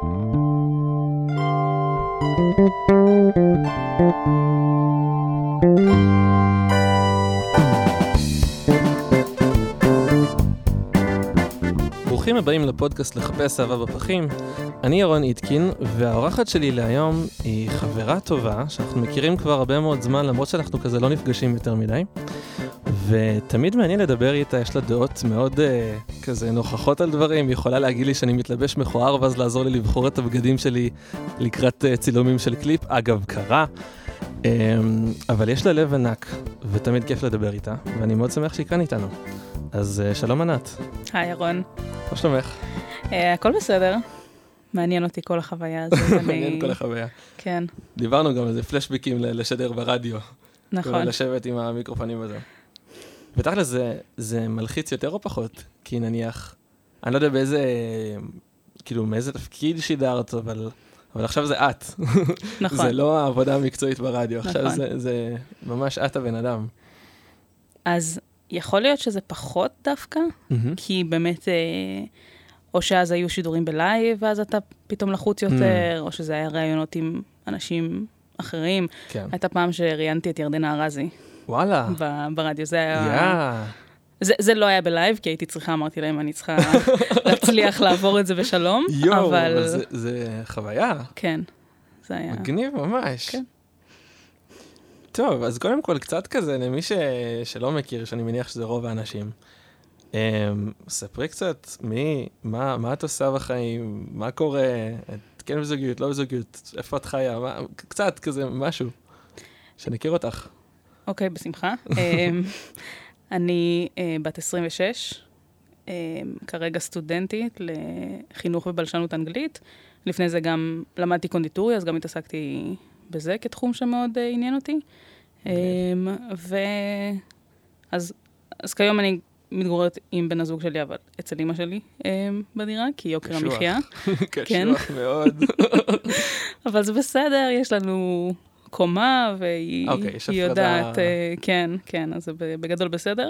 ברוכים הבאים לפודקאסט לחפש אהבה בפחים. אני ירון איתקין, והאורחת שלי להיום היא חברה טובה, שאנחנו מכירים כבר הרבה מאוד זמן, למרות שאנחנו כזה לא נפגשים יותר מדי. ותמיד מעניין לדבר איתה, יש לה דעות מאוד כזה נוכחות על דברים, היא יכולה להגיד לי שאני מתלבש מכוער, ואז לעזור לי לבחור את הבגדים שלי לקראת צילומים של קליפ, אגב קרה. אבל יש לה לב ענק, ותמיד כיף לדבר איתה, ואני מאוד שמח שהיא כאן איתנו. אז שלום ענת. היי ירון. מה שלומך? הכל בסדר. מעניין אותי כל החוויה הזאת. מעניין כל החוויה. כן. דיברנו גם על זה פלשבקים לשדר ברדיו. נכון. לשבת עם המיקרופונים הזה. בתכל'ס זה מלחיץ יותר או פחות? כי נניח, אני לא יודע באיזה, כאילו מאיזה תפקיד שידרת, אבל עכשיו זה את. נכון. זה לא העבודה המקצועית ברדיו, עכשיו זה ממש את הבן אדם. אז יכול להיות שזה פחות דווקא, כי באמת, או שאז היו שידורים בלייב, ואז אתה פתאום לחוץ יותר, או שזה היה ראיונות עם אנשים אחרים. כן. הייתה פעם שראיינתי את ירדנה ארזי. וואלה. ברדיו, זה היה... זה לא היה בלייב, כי הייתי צריכה, אמרתי להם, אני צריכה להצליח לעבור את זה בשלום. יואו, אבל זה חוויה. כן, זה היה... מגניב ממש. כן. טוב, אז קודם כל קצת כזה, למי שלא מכיר, שאני מניח שזה רוב האנשים. ספרי קצת, מה את עושה בחיים, מה קורה, את כן בזוגיות, לא בזוגיות, איפה את חיה, קצת כזה משהו, שנכיר אותך. אוקיי, בשמחה. אני בת 26, כרגע סטודנטית לחינוך ובלשנות אנגלית. לפני זה גם למדתי קונדיטוריה, אז גם התעסקתי בזה כתחום שמאוד עניין אותי. אז כיום אני מתגוררת עם בן הזוג שלי, אבל אצל אמא שלי בדירה, כי יוקר המחיה. קשוח מאוד. אבל זה בסדר, יש לנו קומה, והיא יודעת, כן, אז זה בגדול בסדר.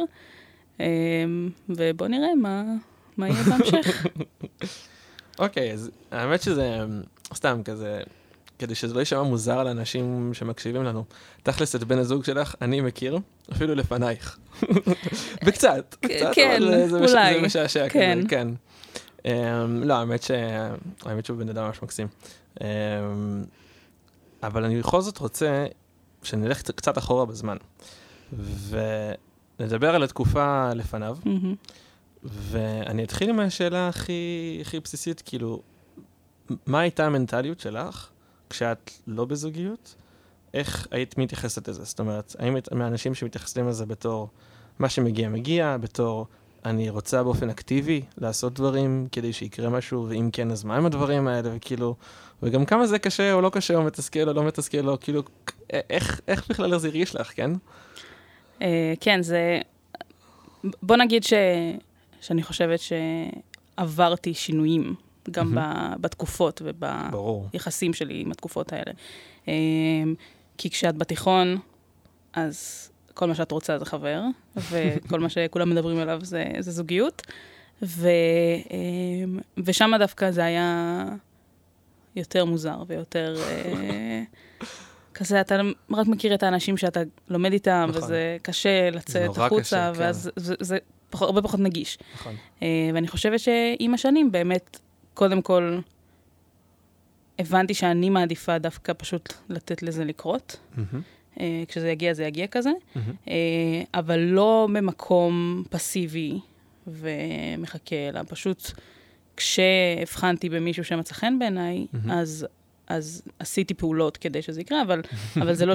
ובוא נראה מה יהיה בהמשך. אוקיי, אז האמת שזה סתם כזה, כדי שזה לא יישמע מוזר לאנשים שמקשיבים לנו. תכלס את בן הזוג שלך, אני מכיר, אפילו לפנייך. וקצת, כן, אבל זה אולי. משעשע כזה, כן. לא, האמת שהוא בן אדם ממש מקסים. אבל אני בכל זאת רוצה שנלך קצת אחורה בזמן, ונדבר על התקופה לפניו, ואני אתחיל עם השאלה הכי בסיסית, כאילו, מה הייתה המנטליות שלך כשאת לא בזוגיות? איך היית מתייחסת לזה? זאת אומרת, האם היית מהאנשים שמתייחסים לזה בתור מה שמגיע מגיע, בתור אני רוצה באופן אקטיבי לעשות דברים כדי שיקרה משהו, ואם כן, אז מה הם הדברים האלה? וכאילו, וגם כמה זה קשה או לא קשה, או מתסכל או לא מתסכל, או כאילו, איך בכלל זה הרגיש לך, כן? כן, זה... בוא נגיד שאני חושבת שעברתי שינויים, גם בתקופות וביחסים שלי עם התקופות האלה. כי כשאת בתיכון, אז כל מה שאת רוצה זה חבר, וכל מה שכולם מדברים עליו זה זוגיות. ושם דווקא זה היה יותר מוזר ויותר... כזה, אתה רק מכיר את האנשים שאתה לומד איתם, וזה קשה לצאת החוצה, ואז זה הרבה פחות נגיש. ואני חושבת שעם השנים באמת, קודם כל, הבנתי שאני מעדיפה דווקא פשוט לתת לזה לקרות. כשזה יגיע, זה יגיע כזה. אבל לא ממקום פסיבי ומחכה, אלא פשוט כשהבחנתי במישהו שמצא חן בעיניי, אז עשיתי פעולות כדי שזה יקרה, אבל זה לא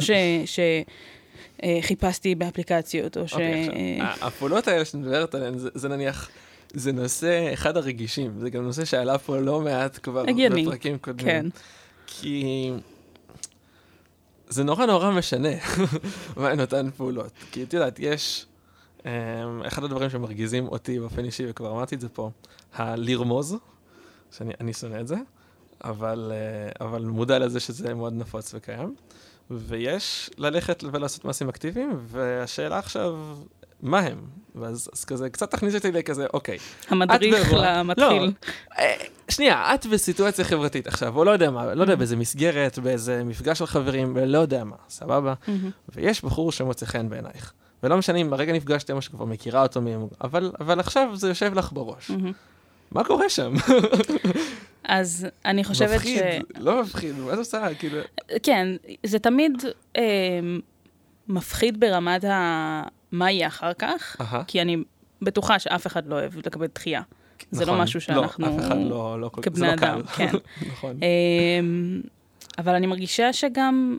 שחיפשתי באפליקציות, או הפעולות האלה שנדברת עליהן, זה נניח... זה נושא אחד הרגישים, זה גם נושא שעלה פה לא מעט כבר בפרקים קודמים. כן. כי זה נורא משנה מה הן אותן פעולות. כי את יודעת, יש אחד הדברים שמרגיזים אותי באופן אישי, וכבר אמרתי את זה פה, הלרמוז, שאני שונא את זה, אבל מודע לזה שזה מאוד נפוץ וקיים, ויש ללכת ולעשות מעשים אקטיביים, והשאלה עכשיו, מה הם? ואז כזה, קצת תכניס אותי לכזה, אוקיי. המדריך למתחיל. לא, שנייה, את בסיטואציה חברתית עכשיו, או לא יודע מה, לא יודע, באיזה מסגרת, באיזה מפגש של חברים, לא יודע מה, סבבה? ויש בחור שמוצא חן בעינייך. ולא משנה אם הרגע נפגשתם או שכבר מכירה אותו מהם, אבל עכשיו זה יושב לך בראש. מה קורה שם? אז אני חושבת מפחיד, לא מפחיד, מה זה עושה? כאילו... כן, זה תמיד מפחיד ברמת מה יהיה אחר כך, כי אני בטוחה שאף אחד לא אוהב לקבל דחייה. זה לא משהו שאנחנו... לא, אף אחד לא כבני אדם, כן. נכון. אבל אני מרגישה שגם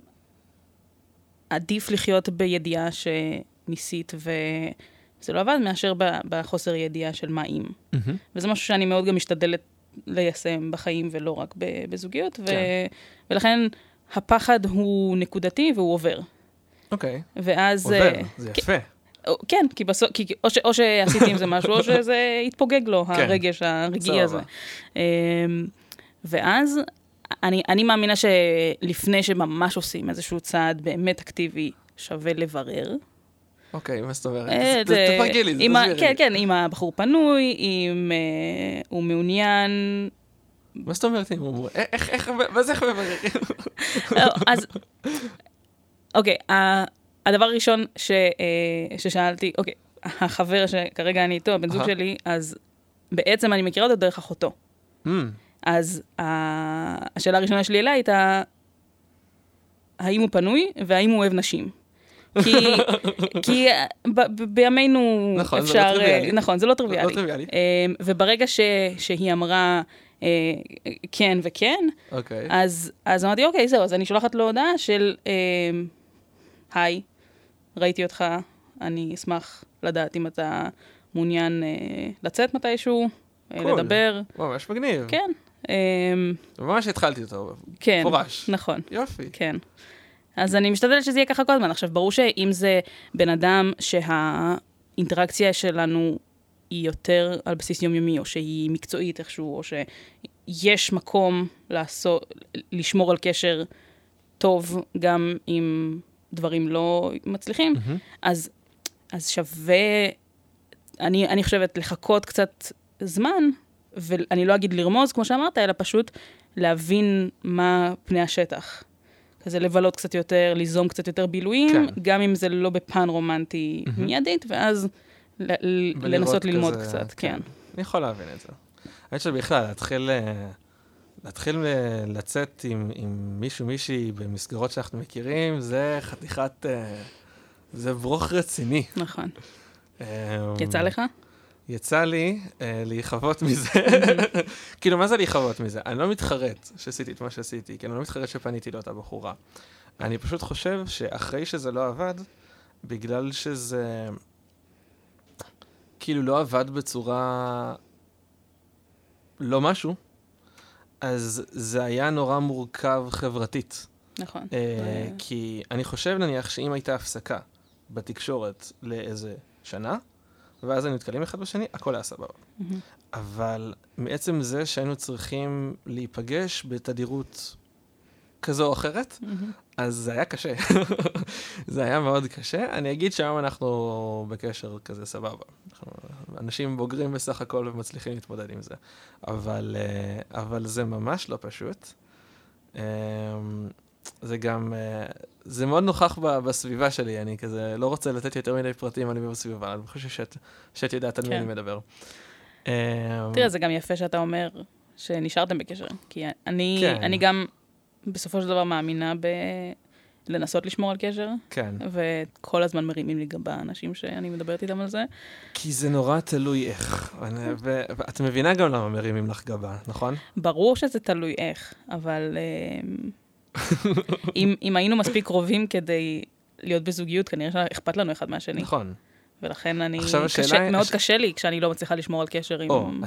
עדיף לחיות בידיעה שניסית וזה לא עבד, מאשר בחוסר ידיעה של מה אם. וזה משהו שאני מאוד גם משתדלת ליישם בחיים ולא רק בזוגיות, ולכן הפחד הוא נקודתי והוא עובר. אוקיי. ואז... עובר, זה יפה. כן, כי בסוף, או שעשיתי עם זה משהו, או שזה התפוגג לו, הרגש הרגעי הזה. ואז אני מאמינה שלפני שממש עושים איזשהו צעד באמת אקטיבי, שווה לברר. אוקיי, מה זאת אומרת? תפרגי לי, תסבירי לי. כן, כן, אם הבחור פנוי, אם הוא מעוניין... מה זאת אומרת? מה זה איך מבררים? אז, אוקיי, הדבר הראשון ששאלתי, אוקיי, החבר שכרגע אני איתו, הבן זוג שלי, אז בעצם אני מכירה אותו דרך אחותו. אז השאלה הראשונה שלי אליי הייתה, האם הוא פנוי והאם הוא אוהב נשים? כי בימינו אפשר... נכון, זה לא טריוויאלי. וברגע שהיא אמרה כן וכן, אז אמרתי, אוקיי, זהו, אז אני שולחת לו הודעה של... היי, ראיתי אותך, אני אשמח לדעת אם אתה מעוניין לצאת מתישהו, לדבר. וואו, ממש מגניב. כן. ממש התחלתי אותו, כן, פורש. נכון. יופי. כן. אז אני משתדלת שזה יהיה ככה כל הזמן. עכשיו, ברור שאם זה בן אדם שהאינטראקציה שלנו היא יותר על בסיס יומיומי, או שהיא מקצועית איכשהו, או שיש מקום לשמור על קשר טוב גם עם... דברים לא מצליחים, אז שווה, אני חושבת, לחכות קצת זמן, ואני לא אגיד לרמוז, כמו שאמרת, אלא פשוט להבין מה פני השטח. כזה לבלות קצת יותר, ליזום קצת יותר בילויים, גם אם זה לא בפן רומנטי מיידית, ואז לנסות ללמוד קצת, כן. אני יכול להבין את זה. אני חושב בכלל, להתחיל לצאת עם מישהי במסגרות שאנחנו מכירים, זה חתיכת, זה ברוך רציני. נכון. יצא לך? יצא לי להיחוות מזה. כאילו, מה זה להיחוות מזה? אני לא מתחרט שעשיתי את מה שעשיתי, כי אני לא מתחרט שפניתי לאותה בחורה. אני פשוט חושב שאחרי שזה לא עבד, בגלל שזה כאילו לא עבד בצורה לא משהו, אז זה היה נורא מורכב חברתית. נכון. כי אני חושב נניח שאם הייתה הפסקה בתקשורת לאיזה שנה, ואז היינו מתקלים אחד בשני, הכל היה סבבה. אבל מעצם זה שהיינו צריכים להיפגש בתדירות כזו או אחרת, אז זה היה קשה. זה היה מאוד קשה. אני אגיד שהיום אנחנו בקשר כזה סבבה. אנשים בוגרים בסך הכל ומצליחים להתמודד עם זה. אבל זה ממש לא פשוט. זה גם, זה מאוד נוכח בסביבה שלי. אני כזה לא רוצה לתת יותר מדי פרטים אני בסביבה. אני חושב שאת יודעת על מי אני מדבר. תראה, זה גם יפה שאתה אומר שנשארתם בקשר. כי אני גם בסופו של דבר מאמינה לנסות לשמור על קשר. כן. וכל הזמן מרימים לי גם באנשים שאני מדברת איתם על זה. כי זה נורא תלוי איך. ואת מבינה גם למה מרימים לך גבה, נכון? ברור שזה תלוי איך, אבל אם היינו מספיק קרובים כדי להיות בזוגיות, כנראה שאכפת לנו אחד מהשני. נכון. ולכן מאוד קשה לי כשאני לא מצליחה לשמור על קשר עם...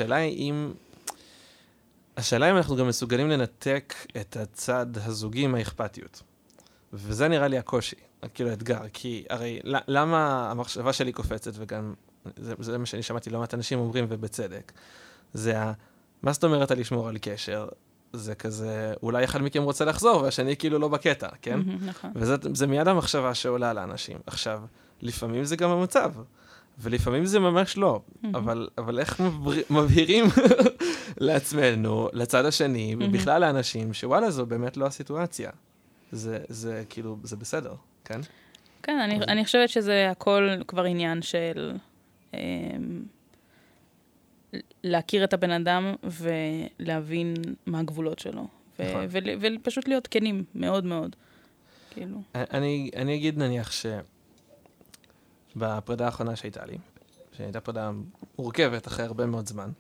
השאלה אם אנחנו גם מסוגלים לנתק את הצד הזוגי מהאכפתיות. וזה נראה לי הקושי, כאילו האתגר, כי הרי למה המחשבה שלי קופצת, וגם זה מה שאני שמעתי לא מעט אנשים אומרים ובצדק, זה מה זאת אומרת על לשמור על קשר? זה כזה, אולי אחד מכם רוצה לחזור, והשני כאילו לא בקטע, כן? נכון. וזה מיד המחשבה שעולה לאנשים. עכשיו, לפעמים זה גם המצב, ולפעמים זה ממש לא. אבל איך מבהירים לעצמנו, לצד השני, ובכלל לאנשים, שוואלה, זו באמת לא הסיטואציה. זה כאילו, זה בסדר, כן? כן, אני חושבת שזה הכל כבר עניין של להכיר את הבן אדם ולהבין מה הגבולות שלו. ופשוט להיות כנים, מאוד מאוד. כאילו. אני אגיד נניח שבפרידה האחרונה שהייתה לי, שהייתה פרידה מורכבת אחרי הרבה מאוד זמן,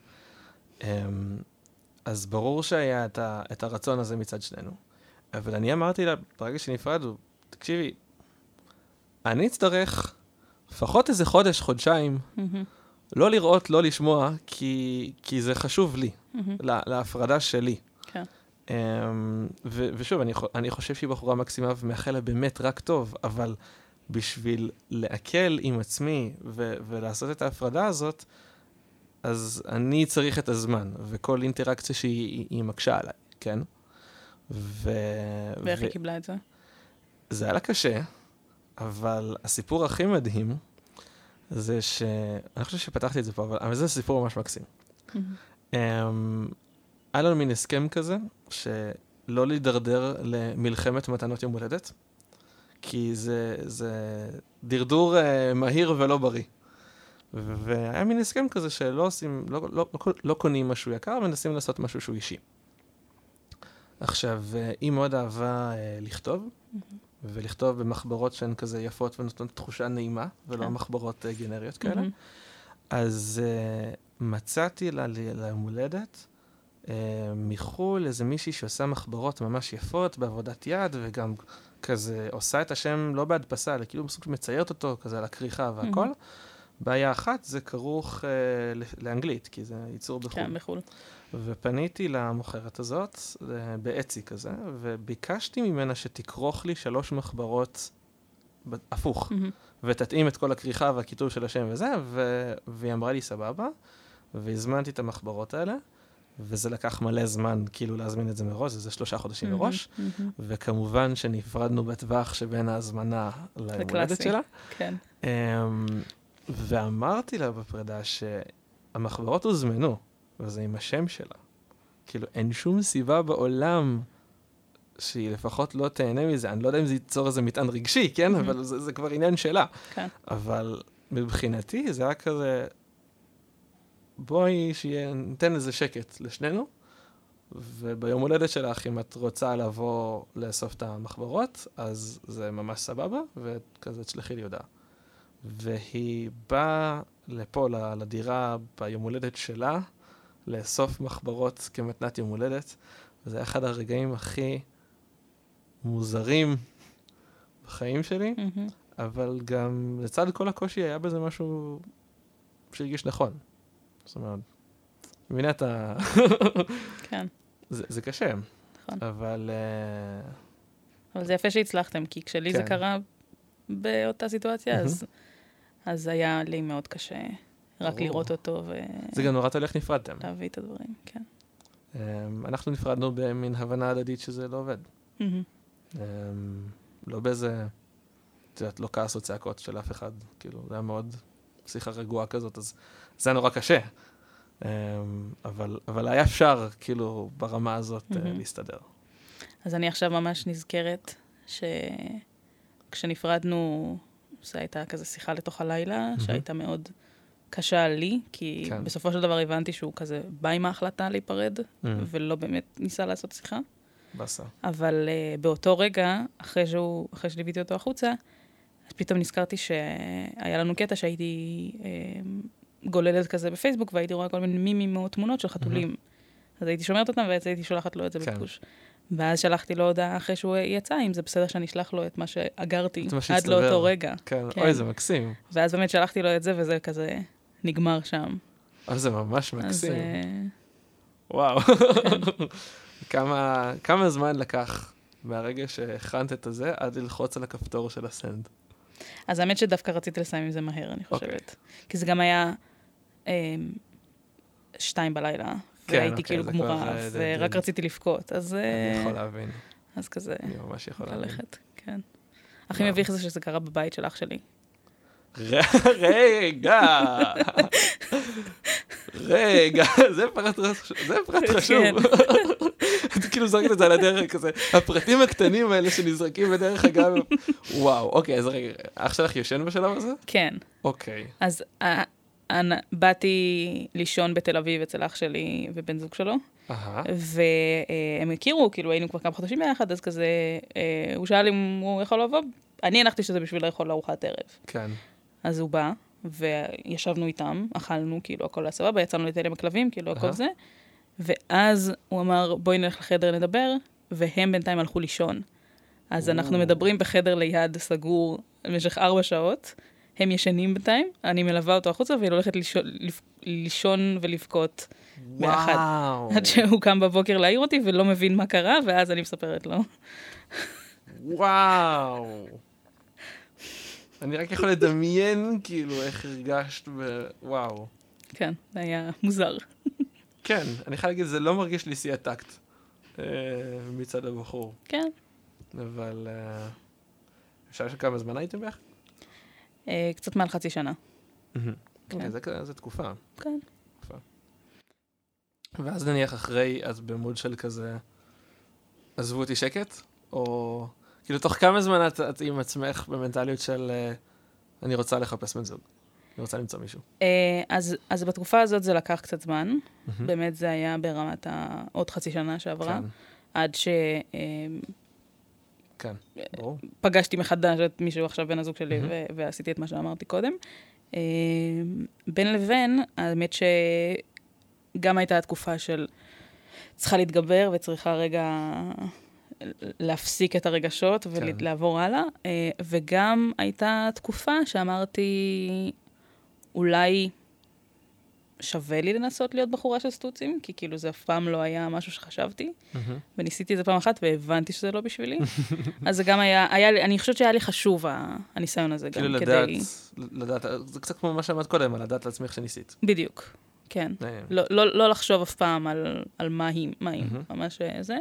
אז ברור שהיה את הרצון הזה מצד שנינו. אבל אני אמרתי לה, ברגע שנפרדו, תקשיבי, אני אצטרך לפחות איזה חודש, חודשיים, לא לראות, לא לשמוע, כי זה חשוב לי, להפרדה שלי. כן. ושוב, אני חושב שהיא בחורה מקסימה ומאחל לה באמת רק טוב, אבל בשביל להקל עם עצמי ולעשות את ההפרדה הזאת, אז אני צריך את הזמן, וכל אינטראקציה שהיא מקשה עליי, כן? ואיך היא קיבלה את זה? זה היה לה קשה, אבל הסיפור הכי מדהים, זה אני חושב שפתחתי את זה פה, אבל זה סיפור ממש מקסים. היה לנו מין הסכם כזה, שלא להידרדר למלחמת מתנות יום הולדת, כי זה דרדור מהיר ולא בריא. והיה מין הסכם כזה שלא עושים, לא קונים משהו יקר, מנסים לעשות משהו שהוא אישי. עכשיו, היא מאוד אהבה לכתוב, ולכתוב במחברות שהן כזה יפות ונותנות תחושה נעימה, ולא מחברות גנריות כאלה. אז מצאתי לה ליום הולדת, מחול איזה מישהי שעושה מחברות ממש יפות בעבודת יד, וגם כזה עושה את השם לא בהדפסה, אלא כאילו בסוג שמציירת אותו כזה על הכריכה והכל. בעיה אחת זה כרוך לאנגלית, כי זה ייצור בחול. כן, בחול. ופניתי למוכרת הזאת, באצי כזה, וביקשתי ממנה שתכרוך לי 3 מחברות הפוך, ותתאים את כל הכריכה והכיתוב של השם וזה, והיא אמרה לי סבבה, והזמנתי את המחברות האלה, וזה לקח מלא זמן כאילו להזמין את זה מראש, זה 3 חודשים מראש, וכמובן שנפרדנו בטווח שבין ההזמנה ליום הולדת שלה. כן. ואמרתי לה בפרידה שהמחברות הוזמנו, וזה עם השם שלה. כאילו, אין שום סיבה בעולם שהיא לפחות לא תהנה מזה. אני לא יודע אם זה ייצור איזה מטען רגשי, כן? אבל זה כבר עניין שלה. כן. אבל מבחינתי זה היה כזה, בואי ניתן איזה שקט לשנינו, וביום הולדת שלך, אם את רוצה לבוא לאסוף את המחברות, אז זה ממש סבבה, וכזה תשלחי לי הודעה. והיא באה לפה, לדירה ביום הולדת שלה, לאסוף מחברות כמתנת יום הולדת, וזה היה אחד הרגעים הכי מוזרים בחיים שלי, אבל גם לצד כל הקושי היה בזה משהו שהרגיש נכון. זאת אומרת, מבינה את ה... כן. זה קשה. נכון. אבל זה יפה שהצלחתם, כי כשלי זה קרה באותה סיטואציה, אז היה לי מאוד קשה רק לראות אותו זה גם נורא תלך נפרדתם. להביא את הדברים, כן. אנחנו נפרדנו במין הבנה הדדית שזה לא עובד. לא באיזה, את יודעת, לא כעס או צעקות של אף אחד. כאילו, זה היה מאוד שיחה רגועה כזאת, אז זה היה נורא קשה. אבל היה אפשר, כאילו, ברמה הזאת להסתדר. אז אני עכשיו ממש נזכרת שכשנפרדנו, זו הייתה כזה שיחה לתוך הלילה, שהייתה מאוד קשה לי, כי בסופו של דבר הבנתי שהוא כזה בא עם ההחלטה להיפרד, ולא באמת ניסה לעשות שיחה. בסדר. אבל באותו רגע, אחרי שליוויתי אותו החוצה, אז פתאום נזכרתי שהיה לנו קטע שהייתי גוללת כזה בפייסבוק, והייתי רואה כל מיני מימים או תמונות של חתולים. אז הייתי שומרת אותם, והייתי שולחת לו את זה בפוש. ואז שלחתי לו הודעה אחרי שהוא יצא, אם זה בסדר שאני אשלח לו את מה שאגרתי עד לאותו רגע. כן, אוי, זה מקסים. ואז באמת שלחתי לו את זה, וזה כזה נגמר שם. אבל זה ממש מקסים. וואו. כמה זמן לקח מהרגע שהכנת את זה, עד ללחוץ על הכפתור של הסנד? אז האמת שדווקא רציתי לסיים עם זה מהר, אני חושבת. כי זה גם היה 2 בלילה. והייתי כאילו גמורה, ורק רציתי לבכות, אז... אני יכול להבין. אז כזה... אני ממש יכול להבין. ללכת, כן. הכי מביך זה שזה קרה בבית של אח שלי. רגע, זה פרט חשוב. אתה כאילו זרקת את זה על הדרך כזה, הפרטים הקטנים האלה שנזרקים בדרך אגב, וואו, אוקיי, אז רגע, אח שלך ישן בשלב הזה? כן. אוקיי. אז באתי לישון בתל אביב אצל אח שלי ובן זוג שלו, והם הכירו, כאילו היינו כבר כמה חודשים ביחד, אז כזה, הוא שאל אם הוא יכול לבוא, אני הנחתי שזה בשביל לאכול לארוחת ערב. כן. אז הוא בא, וישבנו איתם, אכלנו, כאילו הכל היה סבבה, יצאנו לתל הכלבים, כאילו הכל זה, ואז הוא אמר, בואי נלך לחדר לדבר, והם בינתיים הלכו לישון. אז אנחנו מדברים בחדר ליד סגור במשך 4 שעות, הם ישנים בינתיים, אני מלווה אותו החוצה, והיא הולכת לישון ולבכות באחד. עד שהוא קם בבוקר להעיר אותי, ולא מבין מה קרה, ואז אני מספרת לו. וואו. אני רק יכול לדמיין, כאילו, איך הרגשת וואו. כן, זה היה מוזר. כן, אני חייב להגיד, זה לא מרגיש לי שיא הטקט מצד הבחור. כן. אבל אפשר שכמה זמן הייתם ביחד? קצת מעל חצי שנה. זה תקופה. כן. ואז נניח אחרי, אז במוד של כזה, עזבו אותי שקט? או כאילו תוך כמה זמן את עם עצמך במנטליות של אני רוצה לחפש בן זוג? אני רוצה למצוא מישהו. אז בתקופה הזאת זה לקח קצת זמן. באמת זה היה ברמת עוד חצי שנה שעברה. עד ש... כן, ברור. פגשתי מחדש את מישהו עכשיו בן הזוג שלי, ועשיתי את מה שאמרתי קודם. בין לבין, האמת שגם הייתה התקופה של צריכה להתגבר, וצריכה רגע להפסיק את הרגשות, ולעבור הלאה. וגם הייתה תקופה שאמרתי, אולי שווה לי לנסות להיות בחורה של סטוצים, כי כאילו זה אף פעם לא היה משהו שחשבתי, וניסיתי את זה פעם אחת, והבנתי שזה לא בשבילי. אז זה גם היה לי, אני חושבת שהיה לי חשוב הניסיון הזה גם כדי... לדעת, זה קצת כמו מה שאמרת קודם, על לדעת לעצמך שניסית. בדיוק, כן. לא לחשוב אף פעם על מה היא, ממש זה.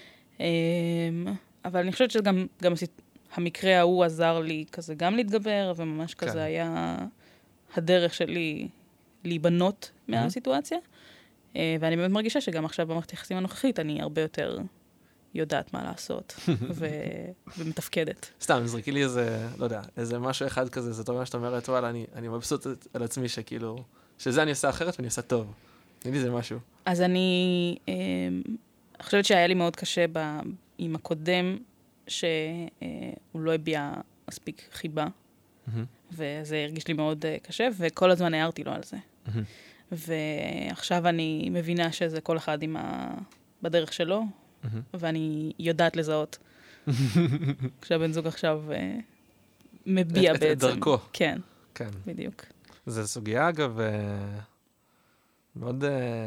אבל אני חושבת שגם המקרה ההוא עזר לי כזה גם להתגבר, וממש כזה היה הדרך שלי להיבנות מהסיטואציה. ואני באמת מרגישה שגם עכשיו במערכת היחסים הנוכחית, אני הרבה יותר יודעת מה לעשות, ומתפקדת. סתם, זרקי לי איזה, לא יודע, איזה משהו אחד כזה, זאת אומרת שאתה אומרת, וואלה, אני מבסוט על עצמי שכאילו, שזה אני עושה אחרת ואני עושה טוב. תגידי זה משהו. אז אני חושבת שהיה לי מאוד קשה עם הקודם, שהוא לא הביע מספיק חיבה, וזה הרגיש לי מאוד קשה, וכל הזמן הערתי לו על זה. ועכשיו אני מבינה שזה כל אחד בדרך שלו, ואני יודעת לזהות. כשהבן זוג עכשיו מביע בעצם. את דרכו. כן, בדיוק. זו סוגיה, אגב, מאוד...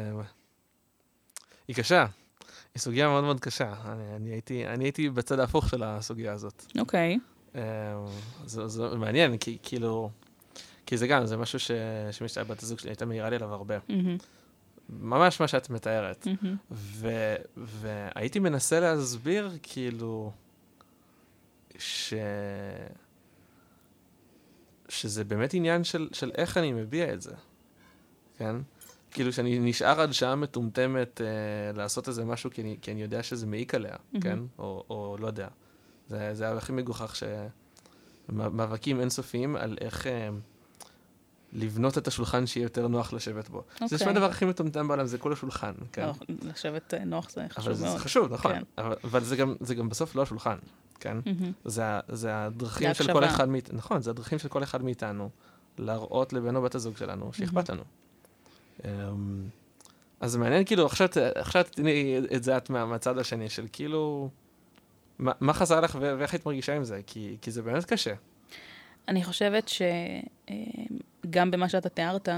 היא קשה. היא סוגיה מאוד מאוד קשה. אני הייתי בצד ההפוך של הסוגיה הזאת. אוקיי. זה מעניין, כאילו... כי זה גם, זה משהו שמשתהיה בת הזוג שלי, הייתה מהירה לי עליו הרבה. ממש מה שאת מתארת. והייתי מנסה להסביר, כאילו, שזה באמת עניין של איך אני מביע את זה. כן? כאילו שאני נשאר עד שעה מטומטמת לעשות איזה משהו, כי אני יודע שזה מעיק עליה, כן? או לא יודע. זה היה הכי מגוחך מאבקים אינסופיים על איך לבנות את השולחן שיהיה יותר נוח לשבת בו. זה נשמע הדבר הכי מטומטם בעולם, זה כל השולחן, כן? לשבת נוח זה חשוב מאוד. אבל זה חשוב, נכון. אבל זה גם בסוף לא השולחן, כן? זה הדרכים של כל אחד מאיתנו, נכון, זה הדרכים של כל אחד מאיתנו, להראות לבן או בת הזוג שלנו, שאכפת לנו. אז זה מעניין, כאילו, עכשיו תתני את זה את מהצד השני, של כאילו, מה חזר לך ואיך היית מרגישה עם זה? כי זה באמת קשה. אני חושבת שגם במה שאתה תיארת,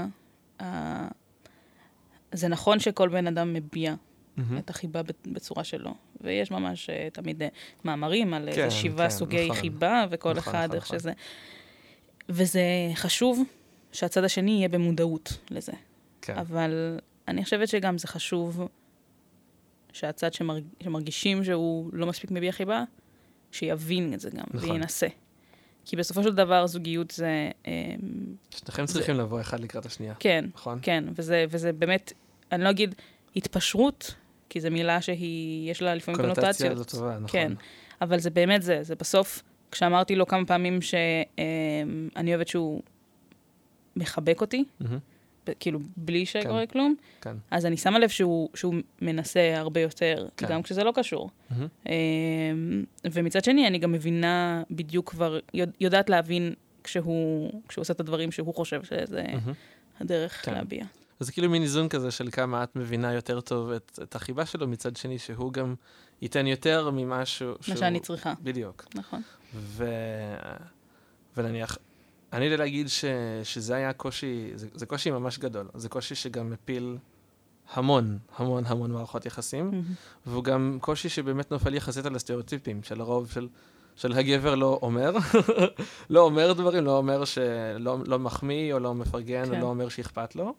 זה נכון שכל בן אדם מביע את החיבה בצורה שלו. ויש ממש תמיד מאמרים על 7 סוגי חיבה, וכל אחד איך שזה. וזה חשוב שהצד השני יהיה במודעות לזה. אבל אני חושבת שגם זה חשוב שהצד שמרגישים שהוא לא מספיק מביע חיבה, שיבין את זה גם, וינסה. כי בסופו של דבר זוגיות זה... שניכם צריכים לבוא אחד לקראת השנייה. כן, נכון? כן, וזה באמת, אני לא אגיד התפשרות, כי זו מילה יש לה לפעמים קונוטציות. קונוטציה זו טובה, נכון. כן, אבל זה באמת זה בסוף, כשאמרתי לו כמה פעמים שאני אוהבת שהוא מחבק אותי, כאילו בלי שקורה כלום, אז אני שמה לב שהוא מנסה הרבה יותר, גם כשזה לא קשור. ומצד שני, אני גם מבינה בדיוק כבר, יודעת להבין כשהוא עושה את הדברים שהוא חושב שזה הדרך להביע. אז זה כאילו מין איזון כזה של כמה את מבינה יותר טוב את החיבה שלו, מצד שני שהוא גם ייתן יותר ממשהו... מה שאני צריכה. בדיוק. נכון. ונניח, אני יודע להגיד שזה היה קושי, זה קושי ממש גדול. זה קושי שגם מפיל המון מערכות יחסים, והוא גם קושי שבאמת נופל יחסית על הסטריאוטיפים של הרוב של הגבר לא אומר, לא אומר דברים, לא אומר שלא מחמיא או לא מפרגן או לא אומר שאכפת לו.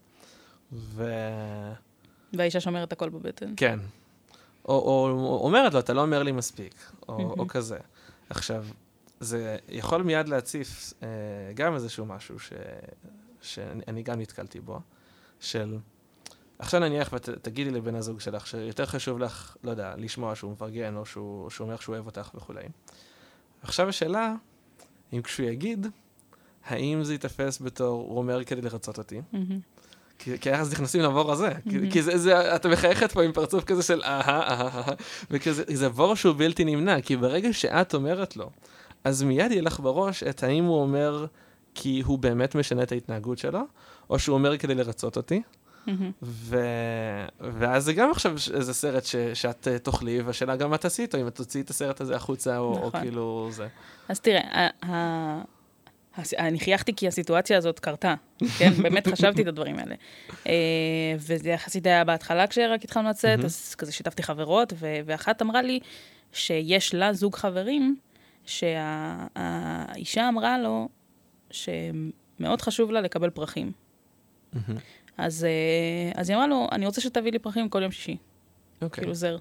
והאישה שומרת הכל בבטן. כן. או אומרת לו, אתה לא אומר לי מספיק, או כזה. עכשיו, זה יכול מיד להציף גם איזשהו משהו שאני גם נתקלתי בו, של, עכשיו נניח ותגידי לבן הזוג שלך, שיותר חשוב לך, לא יודע, לשמוע שהוא מפרגן, או שהוא אומר שהוא אוהב אותך וכו'. עכשיו השאלה, אם כשהוא יגיד, האם זה יתפס בתור, הוא אומר כדי לרצות אותי, כי אז נכנסים לעבור הזה, כי אתה מחייכת פה עם פרצוף כזה של וכזה, זה עבור שהוא בלתי נמנע, כי ברגע שאת אומרת לו, אז מיד יהיה לך בראש את האם הוא אומר כי הוא באמת משנה את ההתנהגות שלו, או שהוא אומר כדי לרצות אותי, ואז זה גם עכשיו איזה סרט שאת תאכלי, והשאלה גם מה תעשי איתו, אם את תוציאי את הסרט הזה החוצה, או כאילו זה. אז תראה, אני חייכתי כי הסיטואציה הזאת קרתה, כן? באמת חשבתי את הדברים האלה. וזה יחסית היה בהתחלה כשרק התחלנו לצאת, אז כזה שיתפתי חברות, ואחת אמרה לי שיש לה זוג חברים, שהאישה אמרה לו שמאוד חשוב לה לקבל פרחים. אז היא אמרה לו, אני רוצה שתביא לי פרחים כל יום שישי. כאילו זר.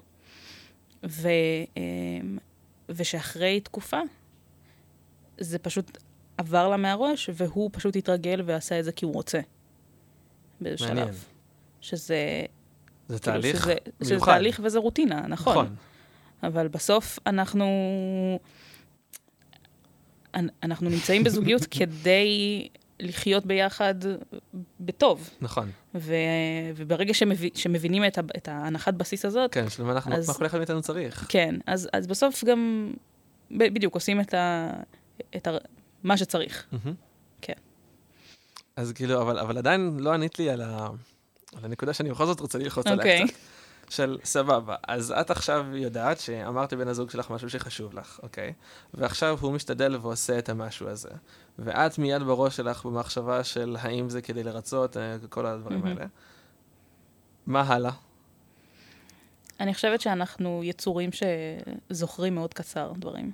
ושאחרי תקופה, זה פשוט עבר לה מהראש, והוא פשוט התרגל ועשה את זה כי הוא רוצה. באיזה שלב. שזה... זה תהליך מיוחד. שזה תהליך וזה רוטינה, נכון. אבל בסוף אנחנו נמצאים בזוגיות כדי לחיות ביחד בטוב. נכון. וברגע שמבינים את ההנחת בסיס הזאת... כן, שלמה אנחנו כל אחד מאיתנו צריך. כן, אז בסוף גם בדיוק עושים את מה שצריך. כן. אז כאילו, אבל עדיין לא ענית לי על הנקודה שאני בכל זאת רוצה ללחוץ עליה קצת. של סבבה. אז את עכשיו יודעת שאמרת לבן הזוג שלך משהו שחשוב לך, אוקיי? ועכשיו הוא משתדל ועושה את המשהו הזה. ואת מיד בראש שלך במחשבה של האם זה כדי לרצות, כל הדברים האלה. מה הלאה? אני חושבת שאנחנו יצורים שזוכרים מאוד קצר דברים.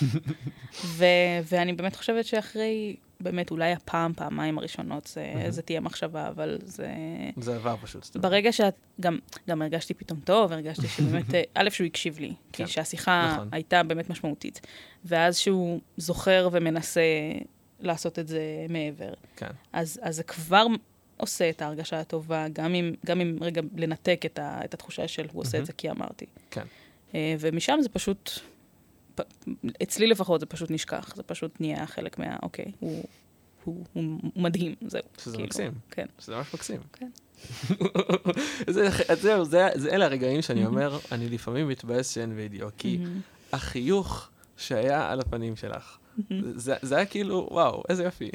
ואני באמת חושבת שאחרי, באמת אולי פעמיים הראשונות, זה תהיה מחשבה, אבל זה... זה עבר פשוט. ברגע שאת, גם הרגשתי פתאום טוב, הרגשתי שבאמת, א' שהוא הקשיב לי, כי שהשיחה הייתה באמת משמעותית. ואז שהוא זוכר ומנסה לעשות את זה מעבר. אז זה כבר... עושה את ההרגשה הטובה, גם אם רגע לנתק את התחושה של הוא עושה את זה כי אמרתי. כן. ומשם זה פשוט, אצלי לפחות זה פשוט נשכח, זה פשוט נהיה חלק אוקיי, הוא מדהים, זהו. שזה מקסים. כן. שזה ממש מקסים. כן. זהו, אלה הרגעים שאני אומר, אני לפעמים מתבאס שאין וידאו, כי החיוך שהיה על הפנים שלך, זה היה כאילו, וואו, איזה יופי.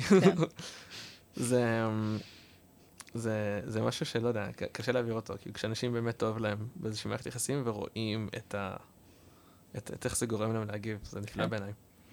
זה משהו שלא יודע, קשה להעביר אותו, כי כשאנשים באמת טוב להם באיזושהי מערכת יחסים ורואים את איך זה גורם להם להגיב, זה נפלא בעיניי.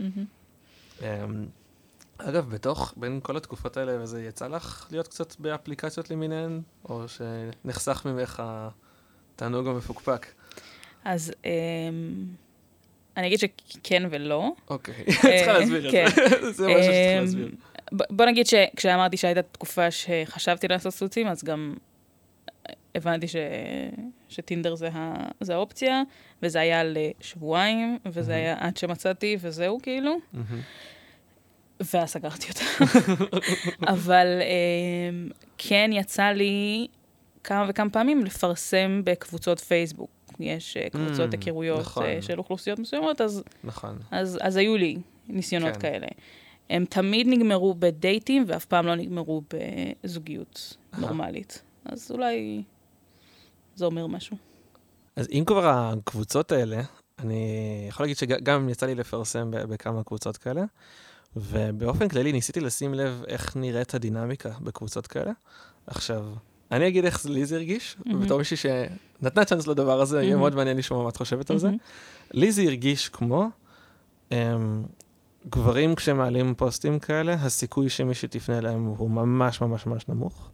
אגב, בין כל התקופות האלה, וזה יצא לך להיות קצת באפליקציות למיניהן, או שנחסך ממך תענוג המפוקפק? אז אני אגיד שכן ולא. אוקיי, צריכה להסביר את זה. זה משהו שצריך להסביר. בוא נגיד שכשאמרתי שהייתה תקופה שחשבתי לעשות סוצים, אז גם הבנתי שטינדר זה האופציה, וזה היה לשבועיים, וזה היה עד שמצאתי, וזהו כאילו. ואז סגרתי אותה. אבל כן יצא לי כמה וכמה פעמים לפרסם בקבוצות פייסבוק. יש קבוצות היכרויות של אוכלוסיות מסוימות, אז היו לי ניסיונות כאלה. הם תמיד נגמרו בדייטים, ואף פעם לא נגמרו בזוגיות נורמלית. אז אולי זה אומר משהו. אז אם כבר הקבוצות האלה, אני יכול להגיד שגם יצא לי לפרסם בכמה קבוצות כאלה, ובאופן כללי ניסיתי לשים לב איך נראית הדינמיקה בקבוצות כאלה. עכשיו, אני אגיד איך לי זה הרגיש, בתור מישהי שנתנה צ'אנס לדבר הזה, יהיה מאוד מעניין לשמוע מה את חושבת על זה. לי זה הרגיש כמו גברים כשמעלים פוסטים כאלה, הסיכוי שמי שתפנה אליהם הוא ממש ממש ממש נמוך.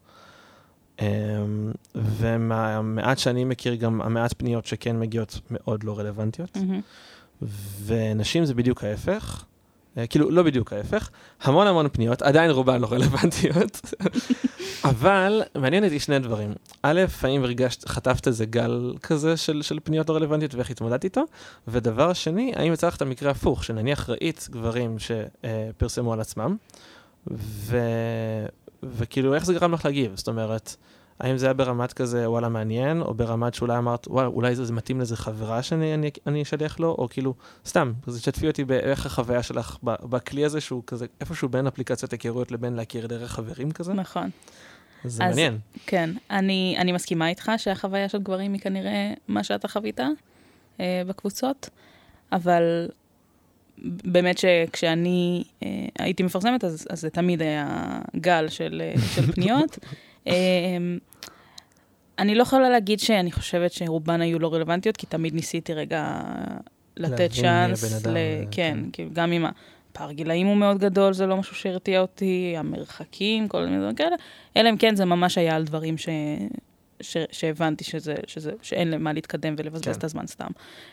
ומהמעט שאני מכיר גם המעט פניות שכן מגיעות מאוד לא רלוונטיות. ונשים זה בדיוק ההפך. כאילו, לא בדיוק ההפך. המון המון פניות, עדיין רובן לא רלוונטיות. אבל מעניין אותי שני דברים. א', האם חטפת איזה גל כזה של פניות לא רלוונטיות ואיך התמודדת איתו? ודבר שני, האם יצא לך את המקרה הפוך, שנניח ראית גברים שפרסמו על עצמם, וכאילו איך זה גרם לך להגיב? זאת אומרת, האם זה היה ברמת כזה, וואלה, מעניין, או ברמת שאולי אמרת, וואלה, אולי זה מתאים לזה חברה שאני אשלח לו, או כאילו, סתם, אז תשתפי אותי באיך החוויה שלך בכלי הזה, שהוא כזה, איפשהו בין אפליקציות היכרויות לבין להכיר דרך חברים כזה. נכון. זה מעניין. כן, אני מסכימה איתך שהחוויה של גברים היא כנראה מה שאתה חווית בקבוצות, אבל באמת שכשאני הייתי מפרסמת, אז זה תמיד היה גל של פניות. אני לא יכולה להגיד שאני חושבת שרובן היו לא רלוונטיות, כי תמיד ניסיתי רגע לתת צ'אנס. כן, גם אם הפער גילאים הוא מאוד גדול, זה לא משהו שהרתיע אותי, המרחקים, כל מיני דברים כאלה. אלא אם כן, זה ממש היה על דברים שהבנתי שאין למה להתקדם ולבזבז את הזמן סתם.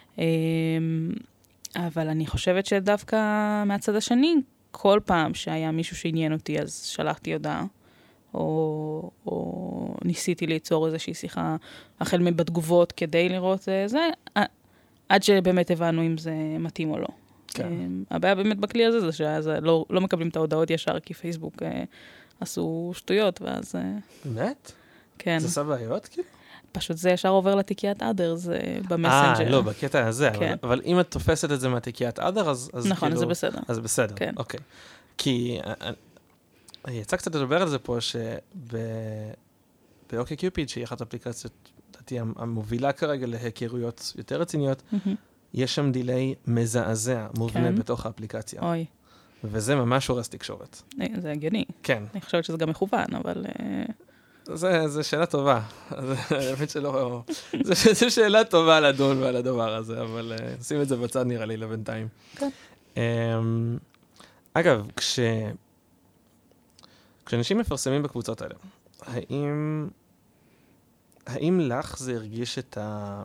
אבל אני חושבת שדווקא מהצד השני, כל פעם שהיה מישהו שעניין אותי, אז שלחתי הודעה, או ניסיתי ליצור איזושהי שיחה החל בתגובות כדי לראות זה, עד שבאמת הבנו אם זה מתאים או לא. הבעיה באמת בכלי הזה, זה שלא מקבלים את ההודעות ישר, כי פייסבוק עשו שטויות, ואז... באמת? כן. זה עשה בעיות כאילו? פשוט זה ישר עובר לתיקיית אדרס במסנג'ר. לא, בקטע הזה, אבל אם את תופסת את זה מהתיקיית אדר, אז כאילו... נכון, אז זה בסדר. אז בסדר, אוקיי. כי יצא קצת לדבר על זה פה, שבאוקי קיופיד, שהיא אחת האפליקציות, לדעתי, המובילה כרגע להיכרויות יותר רציניות, יש שם דיליי מזעזע, מובנה בתוך האפליקציה. אוי. וזה ממש הורס תקשורת. זה הגיוני. כן. אני חושבת שזה גם מכוון, אבל... זה שאלה טובה. האמת שלא... זו שאלה טובה לדון על הדבר הזה, אבל נשים את זה בצד נראה לי לבינתיים. כן. אגב, כשאנשים מפרסמים בקבוצות האלה, האם לך זה הרגיש את ה...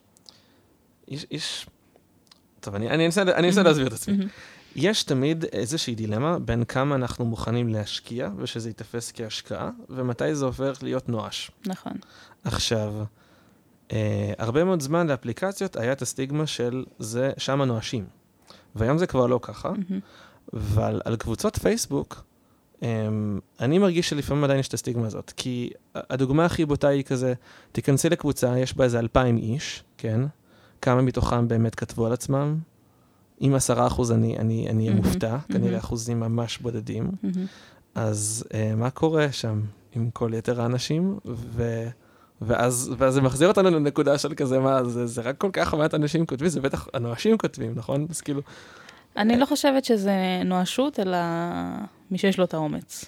טוב, אני אנסה להסביר את עצמי. יש תמיד איזושהי דילמה בין כמה אנחנו מוכנים להשקיע, ושזה יתפס כהשקעה, ומתי זה הופך להיות נואש. נכון. עכשיו, הרבה מאוד זמן לאפליקציות היה את הסטיגמה של זה שם הנואשים. והיום זה כבר לא ככה, אבל על קבוצות פייסבוק, אני מרגיש שלפעמים עדיין יש את הסטיגמה הזאת, כי הדוגמה הכי בוטה היא כזה, תיכנסי לקבוצה, יש בה איזה 2,000 איש, כן? כמה מתוכם באמת כתבו על עצמם, עם 10% אני מופתע, כנראה אחוזים ממש בודדים. אז מה קורה שם עם כל יתר האנשים? ואז זה מחזיר אותנו לנקודה של כזה, מה, זה רק כל כך מעט אנשים כותבים, זה בטח הנואשים כותבים, נכון? אז כאילו... אני לא חושבת שזה נואשות, אלא מי שיש לו את האומץ.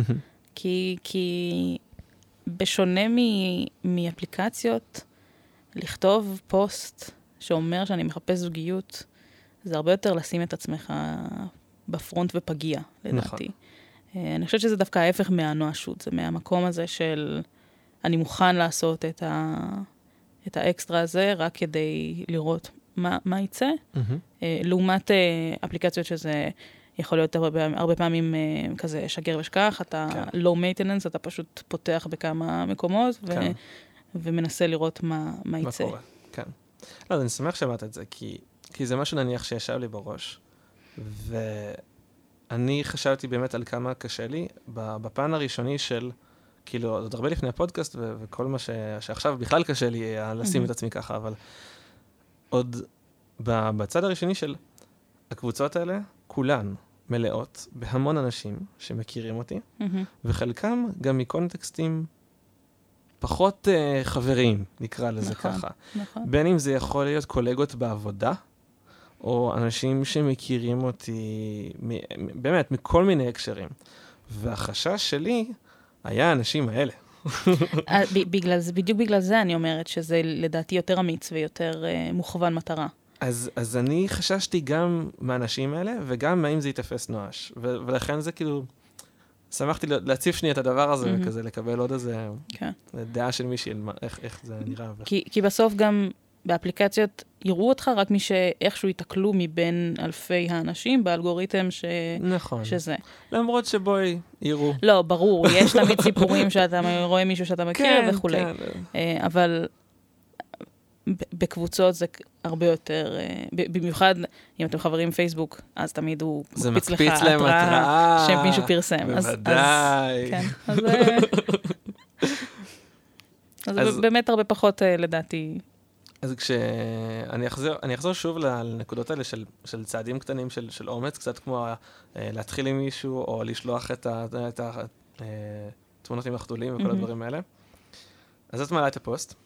כי בשונה מאפליקציות, לכתוב פוסט שאומר שאני מחפש זוגיות, זה הרבה יותר לשים את עצמך בפרונט ופגיע, לדעתי. אני חושבת שזה דווקא ההפך מהנואשות, זה מהמקום הזה של אני מוכן לעשות את האקסטרה הזה, רק כדי לראות מה יצא. לעומת אפליקציות שזה יכול להיות הרבה פעמים כזה שגר ושכח, אתה low maintenance, אתה פשוט פותח בכמה מקומות, ומנסה לראות מה יצא. כן. לא, אני שמח שאמרת את זה, כי זה משהו נניח שישב לי בראש, אני חשבתי באמת על כמה קשה לי, בפן הראשוני של, כאילו, עוד הרבה לפני הפודקאסט, וכל מה שעכשיו בכלל קשה לי לשים את עצמי ככה, אבל עוד בצד הראשוני של הקבוצות האלה, כולן מלאות בהמון אנשים שמכירים אותי, וחלקם גם מקונטקסטים פחות חברים, נקרא לזה ככה. בין אם זה יכול להיות קולגות בעבודה, או אנשים שמכירים אותי, באמת, מכל מיני הקשרים. והחשש שלי היה האנשים האלה. בדיוק בגלל זה אני אומרת שזה לדעתי יותר אמיץ ויותר מוכוון מטרה. אז אני חששתי גם מהאנשים האלה, וגם מהאם זה יתפס נואש. ולכן זה כאילו, שמחתי להציף שנייה את הדבר הזה, וכזה לקבל עוד איזה דעה של מישהי, איך זה נראה. כי בסוף גם באפליקציות יראו אותך רק מי שאיכשהו יתקלו מבין אלפי האנשים באלגוריתם נכון. שזה. למרות שבואי יראו. לא, ברור, יש תמיד סיפורים שאתה רואה מישהו שאתה מכיר וכו'. אבל בקבוצות זה הרבה יותר, במיוחד אם אתם חברים פייסבוק, אז תמיד הוא מקפיץ לך התראה שמישהו פרסם. בוודאי. אז באמת הרבה פחות לדעתי. אז אני אחזור שוב לנקודות האלה של צעדים קטנים של אומץ, קצת כמו להתחיל עם מישהו, או לשלוח את התמונות עם החתולים וכל הדברים האלה. אז את מעלה את הפוסט,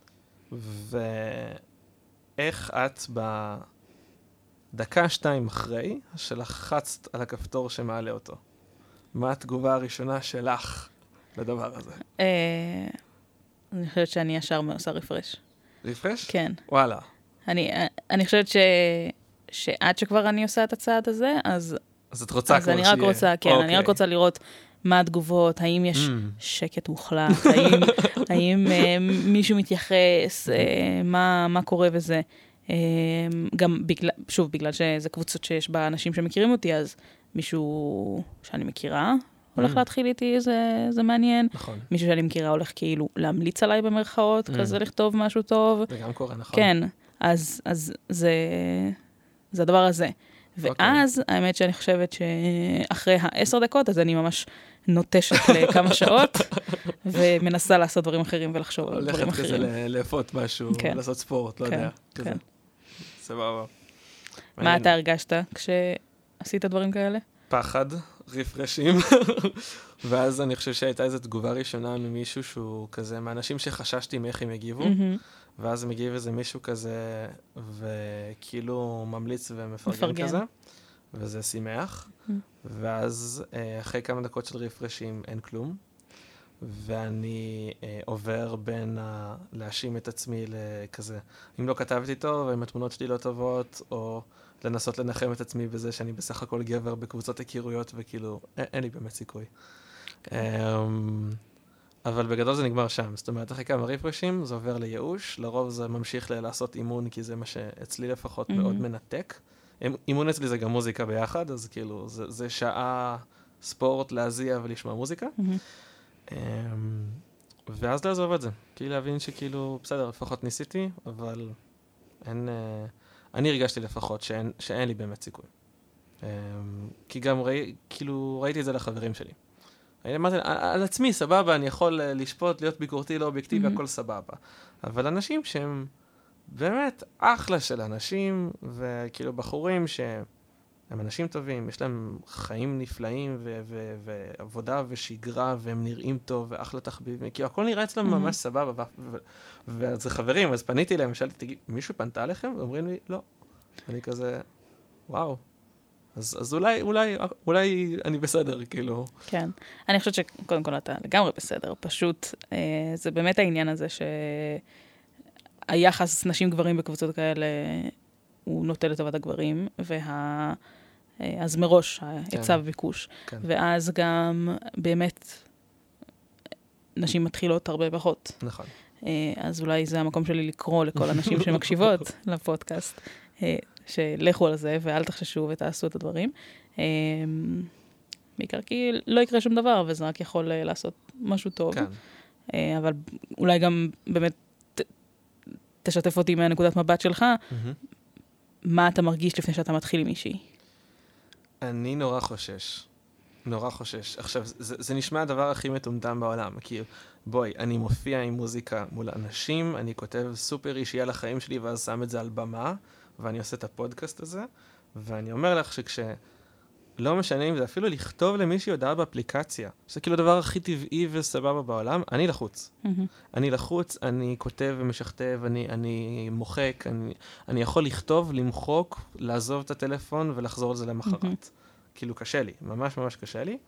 ואיך את בדקה-שתיים אחרי שלחצת על הכפתור שמעלה אותו? מה התגובה הראשונה שלך לדבר הזה? אני חושבת שאני ישר עושה רפרש. רפרש? כן. וואלה. אני חושבת שעד שכבר אני עושה את הצעד הזה, אז את רוצה כבר שיהיה. אז אני רק רוצה, כן, אני רק רוצה לראות מה התגובות, האם יש שקט מוחלט, האם מישהו מתייחס, מה קורה וזה. גם שוב, בגלל שזה קבוצות שיש בה אנשים שמכירים אותי, אז מישהו שאני מכירה הולך להתחיל איתי, זה מעניין. נכון. מישהו שאני מכירה הולך כאילו להמליץ עליי במרכאות, כזה לכתוב משהו טוב. זה גם קורה, נכון. כן, אז זה הדבר הזה. ואז, האמת שאני חושבת שאחרי 10 דקות, אז אני ממש נוטשת לכמה שעות, ומנסה לעשות דברים אחרים ולחשוב על דברים אחרים. הולכת כזה לאפות משהו, לעשות ספורט, לא יודע. כן. סבבה. מה אתה הרגשת כשעשית דברים כאלה? פחד, רפרשים, ואז אני חושב שהייתה איזו תגובה ראשונה ממישהו שהוא כזה, מהאנשים שחששתי מאיך הם יגיבו, ואז מגיב איזה מישהו כזה, וכאילו ממליץ ומפרגן כזה, וזה שמח, ואז אחרי כמה דקות של רפרשים אין כלום, ואני עובר בין להאשים את עצמי לכזה, אם לא כתבתי טוב, אם התמונות שלי לא טובות, או לנסות לנחם את עצמי בזה שאני בסך הכל גבר בקבוצות הכירויות, וכאילו, אין לי באמת סיכוי. אבל בגדול זה נגמר שם. זאת אומרת, אחרי כמה רפרשים, זה עובר לייאוש, לרוב זה ממשיך לעשות אימון, כי זה מה שאצלי לפחות מאוד מנתק. אימון אצלי זה גם מוזיקה ביחד, אז כאילו, זה שעה ספורט להזיע ולשמוע מוזיקה. ואז לעזוב את זה. כאילו להבין שכאילו, בסדר, לפחות ניסיתי, אבל אני הרגשתי לפחות שאין לי באמת סיכוי. כי גם ראיתי את זה לחברים שלי. אמרתי, על עצמי, סבבה, אני יכול לשפוט, להיות ביקורתי, לא אובייקטיבי, הכל סבבה. אבל אנשים שהם באמת אחלה של אנשים, וכאילו בחורים שהם אנשים טובים, יש להם חיים נפלאים, ועבודה ושגרה, והם נראים טוב, ואחלה תחביב, כאילו הכל נראה אצלם ממש סבבה, וזה חברים, אז פניתי להם, ושאלתי, תגיד, מישהו פנתה עליכם? ואומרים לי, לא. אני כזה, וואו. אז אולי אני בסדר, כאילו. כן. אני חושבת שקודם כל אתה לגמרי בסדר. פשוט, זה באמת העניין הזה שהיחס נשים גברים בקבוצות כאלה, הוא נוטה לטובת הגברים, אז מראש, היצע וביקוש. ואז גם באמת, נשים מתחילות הרבה פחות. נכון. אז אולי זה המקום שלי לקרוא לכל הנשים שמקשיבות לפודקאסט. שלכו על זה, ואל תחששו ותעשו את הדברים. בעיקר כי לא יקרה שום דבר, וזה רק יכול לעשות משהו טוב. כן. אבל אולי גם באמת תשתף אותי מהנקודת מבט שלך, מה אתה מרגיש לפני שאתה מתחיל עם מישהי? אני נורא חושש. נורא חושש. עכשיו, זה נשמע הדבר הכי מטומטם בעולם. כי בואי, אני מופיע עם מוזיקה מול אנשים, אני כותב סופר אישי על החיים שלי, ואז שם את זה על במה, ואני עושה את הפודקאסט הזה, ואני אומר לך לא משנה אם זה אפילו לכתוב למישהי הודעה באפליקציה, שזה כאילו הדבר הכי טבעי וסבבה בעולם, אני לחוץ. אני לחוץ, אני כותב ומשכתב, אני מוחק, אני יכול לכתוב, למחוק, לעזוב את הטלפון ולחזור על זה למחרת. כאילו קשה לי, ממש ממש קשה לי.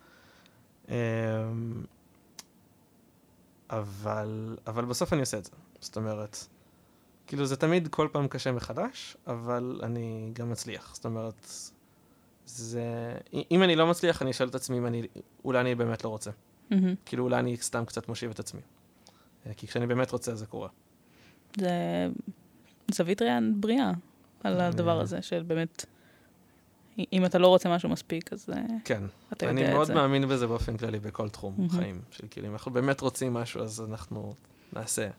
אבל בסוף אני עושה את זה. זאת אומרת, כאילו זה תמיד כל פעם קשה מחדש, אבל אני גם מצליח. זאת אומרת, אם אני לא מצליח, אני אשאל את עצמי אם אולי אני באמת לא רוצה. כאילו אולי אני סתם קצת מושיב את עצמי. כי כשאני באמת רוצה, זה קורה. זה זווית ראייה בריאה על הדבר הזה, של באמת, אם אתה לא רוצה משהו מספיק, אז כן. אתה יודע את זה. אני מאוד מאמין בזה באופן כללי בכל תחום חיים. של כאילו, אם אנחנו באמת רוצים משהו, אז אנחנו נעשה.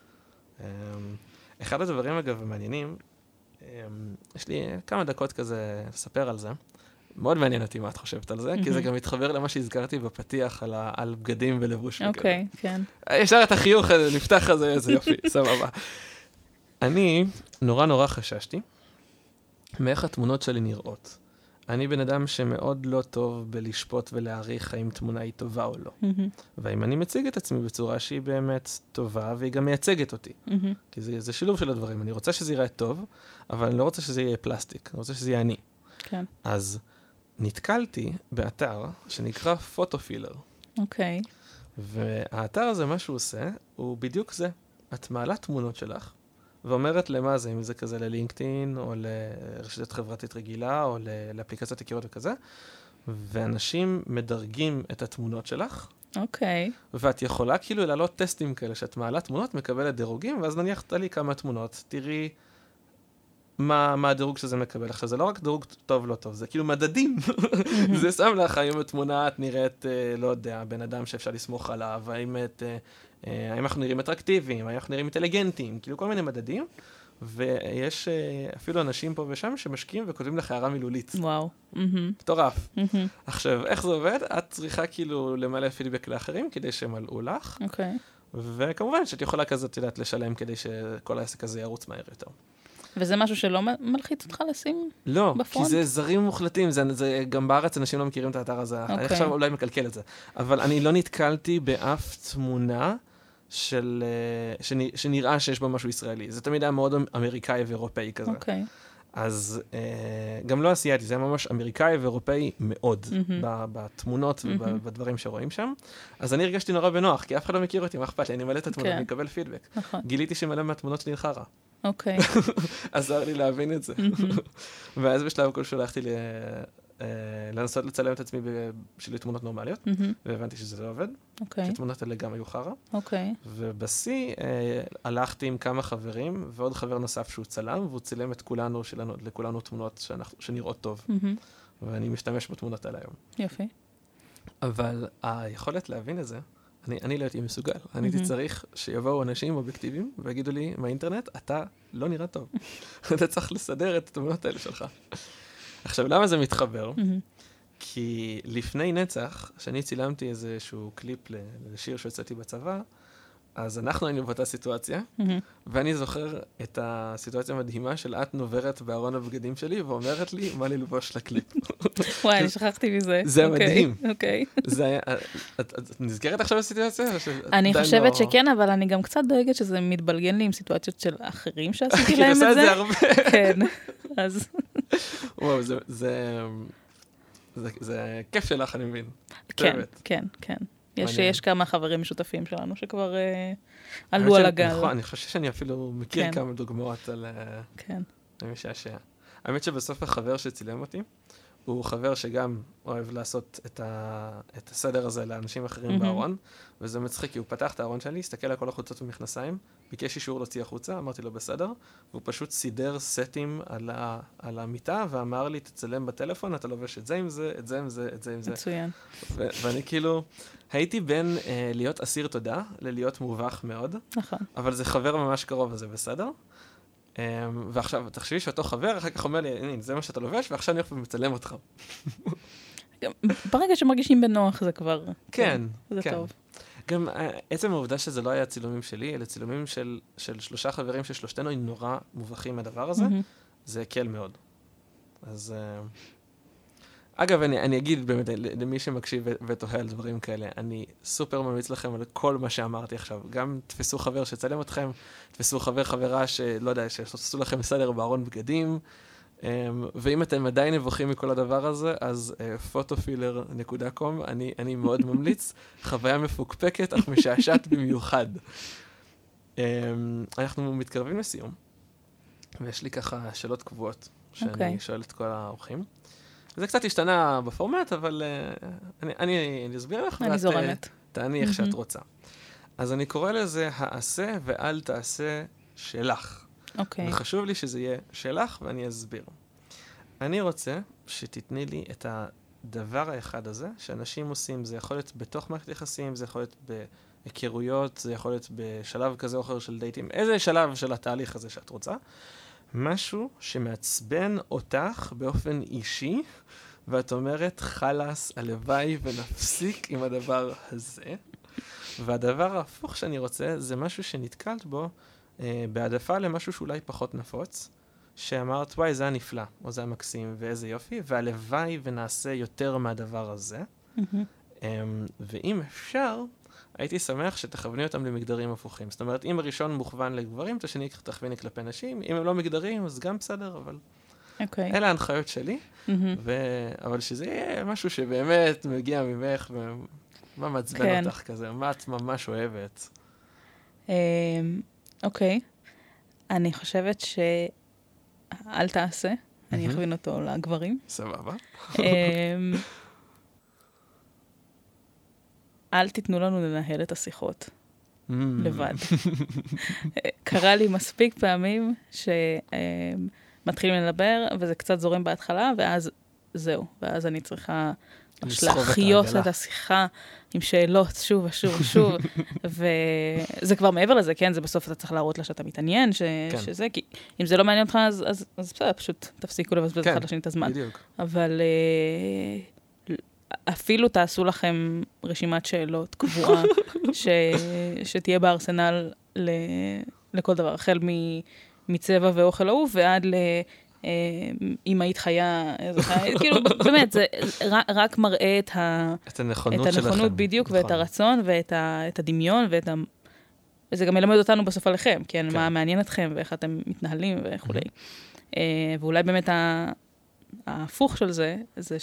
אחד הדברים, אגב, המעניינים, יש לי כמה דקות כזה לספר על זה. מאוד מעניין אותי מה את חושבת על זה, כי זה גם מתחבר למה שהזכרתי בפתיח על בגדים ולבוש. אוקיי, כן. ישר את החיוך הזה, נפתח הזה, איזה יופי, סבבה. אני נורא חששתי מאיך התמונות שלי נראות. אני בן אדם שמאוד לא טוב בלשפוט ולהעריך האם תמונה היא טובה או לא. והאם אני מציג את עצמי בצורה שהיא באמת טובה, והיא גם מייצגת אותי. כי זה שילוב של הדברים. אני רוצה שזה יראה טוב, אבל אני לא רוצה שזה יהיה פלסטיק. אני רוצה שזה יהיה אני. כן. אז נתקלתי באתר שנקרא פוטופילר. אוקיי. והאתר הזה, מה שהוא עושה, הוא בדיוק זה. את מעלה תמונות שלך, ואומרת למה זה, אם זה כזה ללינקדאין, או לרשת חברתית רגילה, או לאפליקציות הכירות וכזה, ואנשים מדרגים את התמונות שלך. אוקיי. ואת יכולה כאילו לעלות טסטים כאלה, שאת מעלה תמונות, מקבלת דירוגים, ואז נניח תעלי כמה תמונות, תראי מה הדירוג שזה מקבל. עכשיו, זה לא רק דירוג טוב, לא טוב, זה כאילו מדדים. זה שם לך, האם התמונה את נראית, לא יודע, בן אדם שאפשר לסמוך עליו, האם אנחנו נראים אטרקטיביים, האם אנחנו נראים אינטליגנטיים, כאילו כל מיני מדדים, ויש אפילו אנשים פה ושם שמשקיעים וכותבים לך הערה מילולית. וואו. מטורף. עכשיו, איך זה עובד? את צריכה כאילו למלא פידבק לאחרים כדי שמלאו לך. אוקיי. וכמובן שאת יכולה כזאת, יודעת, לשלם כדי שכל העסק הזה ירוץ מהר יותר. וזה משהו שלא מלחיץ אותך לשים לא, בפרונט? כי זה זרים מוחלטים, זה גם בארץ אנשים לא מכירים את האתר הזה, אני עכשיו אולי מקלקל את זה, אבל אני לא נתקלתי באף תמונה שנראה שיש בה משהו ישראלי, זה תמיד היה מאוד אמריקאי ואירופאי כזה. אוקיי. אז גם לא אסייתי, זה היה ממש אמריקאי ואירופאי מאוד, בתמונות ובדברים שרואים שם. אז אני הרגשתי נורא בנוח, כי אף אחד לא מכיר אותי, מה אכפת לי, אני מלא את התמונות, אני מקבל פידבק. גיליתי שמלא מהתמונות שלי חרא. אוקיי. עזר לי להבין את זה. ואז בשלב הכל שלחתי לי לנסות לצלם את עצמי בשביל תמונות נורמליות, והבנתי שזה לא עובד, שתמונות האלה גם היו חרא. ובשיא הלכתי עם כמה חברים, ועוד חבר נוסף שהוא צלם, והוא צילם את לכולנו תמונות שנראות טוב. ואני משתמש בתמונות האלה היום. יופי. אבל היכולת להבין את זה, אני לא הייתי מסוגל. אני הייתי צריך שיבואו אנשים אובייקטיביים ויגידו לי מהאינטרנט, אתה לא נראה טוב. אתה צריך לסדר את התמונות האלה שלך. עכשיו, למה זה מתחבר? כי לפני נצח, שאני צילמתי איזשהו קליפ לשיר שהוצאתי בצבא, אז אנחנו היינו באותה סיטואציה, ואני זוכר את הסיטואציה המדהימה של את נוברת בארון הבגדים שלי, ואומרת לי מה ללבוש לקליפ. וואי, אני שכחתי מזה. זה מדהים. אוקיי. את נזכרת עכשיו בסיטואציה? אני חושבת שכן, אבל אני גם קצת דואגת שזה מתבלגן לי עם סיטואציות של אחרים שעשיתי להם את זה. כי עושה את זה הרבה. כן, אז... וואו, זה כיף שלך, אני מבין. כן, כן, כן. יש כמה חברים משותפים שלנו שכבר עלו על הגל. נכון, אני חושב שאני אפילו מכיר כמה דוגמאות על משעשע. האמת שבסוף החבר שצילם אותי, הוא חבר שגם אוהב לעשות את הסדר הזה לאנשים אחרים בארון, וזה מצחיק, כי הוא פתח את הארון שלי, הסתכל על כל החוצות ומכנסיים, ביקש אישור להוציא החוצה, אמרתי לו בסדר, והוא פשוט סידר סטים על המיטה, ואמר לי, תצלם בטלפון, אתה לובש את זה עם זה, את זה עם זה, את זה עם זה. מצוין. ואני כאילו, הייתי בין להיות אסיר תודה, ללהיות מובך מאוד. נכון. אבל זה חבר ממש קרוב, אז זה בסדר. ועכשיו, תחשבי שאותו חבר אחר כך אומר לי, הנה, זה מה שאתה לובש, ועכשיו אני הולך ומצלם אותך. ברגע שמרגישים בנוח זה כבר... כן, זה טוב. גם עצם העובדה שזה לא היה צילומים שלי, אלא צילומים של 3 חברים ששלושתנו נורא מובכים מהדבר הזה, זה הקל מאוד. אז... אגב, אני אגיד באמת, למי שמקשיב ותוהה על דברים כאלה, אני סופר ממליץ לכם על כל מה שאמרתי עכשיו. גם תפסו חבר שצלם אתכם, תפסו חברה שלא יודע, שעשו לכם סדר בארון בגדים, ואם אתם עדיין נבוכים מכל הדבר הזה, אז photofiller.com, אני מאוד ממליץ, חוויה מפוקפקת, אך משעשעת במיוחד. אנחנו מתקרבים לסיום, ויש לי ככה שאלות קבועות, שאני שואל את כל האורחים. זה קצת השתנה בפורמט, אבל אני אסביר לך, אני זורמת. תעני איך שאת רוצה. אז אני קורא לזה, העשה ואל תעשה שלך. אוקיי. וחשוב לי שזה יהיה שלך, ואני אסביר. אני רוצה שתתני לי את הדבר האחד הזה, שאנשים עושים, זה יכול להיות בתוך מערכת יחסים, זה יכול להיות בהיכרויות, זה יכול להיות בשלב כזה או אחר של דייטים, איזה שלב של התהליך הזה שאת רוצה. משהו שמעצבן אותך באופן אישי, ואת אומרת, חלס, הלוואי ונפסיק עם הדבר הזה. והדבר ההפוך שאני רוצה, זה משהו שנתקלת בו, בהעדפה למשהו שאולי פחות נפוץ, שאמרת, וואי, זה הנפלא, או זה המקסים, ואיזה יופי, והלוואי ונעשה יותר מהדבר הזה. ואם אפשר, הייתי שמח שתכווני אותם למגדרים הפוכים. זאת אומרת, אם הראשון מוכוון לגברים, השני תכווני כלפי נשים. אם הם לא מגדרים, אז גם בסדר, אבל... אלה ההנחיות שלי. אבל שזה יהיה משהו שבאמת מגיע ממך, ומה מעצבן אותך כזה, מה את ממש אוהבת. אוקיי. אני חושבת אל תעשה. אני אכווין אותו לגברים. סבבה. אל תיתנו לנו לנהל את השיחות לבד. קרה לי מספיק פעמים שמתחילים לדבר, וזה קצת זורם בהתחלה, ואז זהו. ואז אני צריכה להחיות את השיחה עם שאלות שוב ושוב ושוב. וזה כבר מעבר לזה, כן? זה בסוף אתה צריך להראות לה שאתה מתעניין, שזה, כי אם זה לא מעניין אותך, אז בסדר, פשוט תפסיקו לבזבז אחד לשני את הזמן. אבל... אפילו תעשו לכם רשימת שאלות קבועה, שתהיה בארסנל לכל דבר, החל מצבע ואוכל אהוב, ועד אם היית חיה, כאילו, באמת, זה רק מראה את הנכונות בדיוק, ואת הרצון, ואת הדמיון, וזה גם מלמד אותנו בסוף עליכם, כן, מה מעניין אתכם, ואיך אתם מתנהלים, וכו'. ואולי באמת ההפוך של זה, זה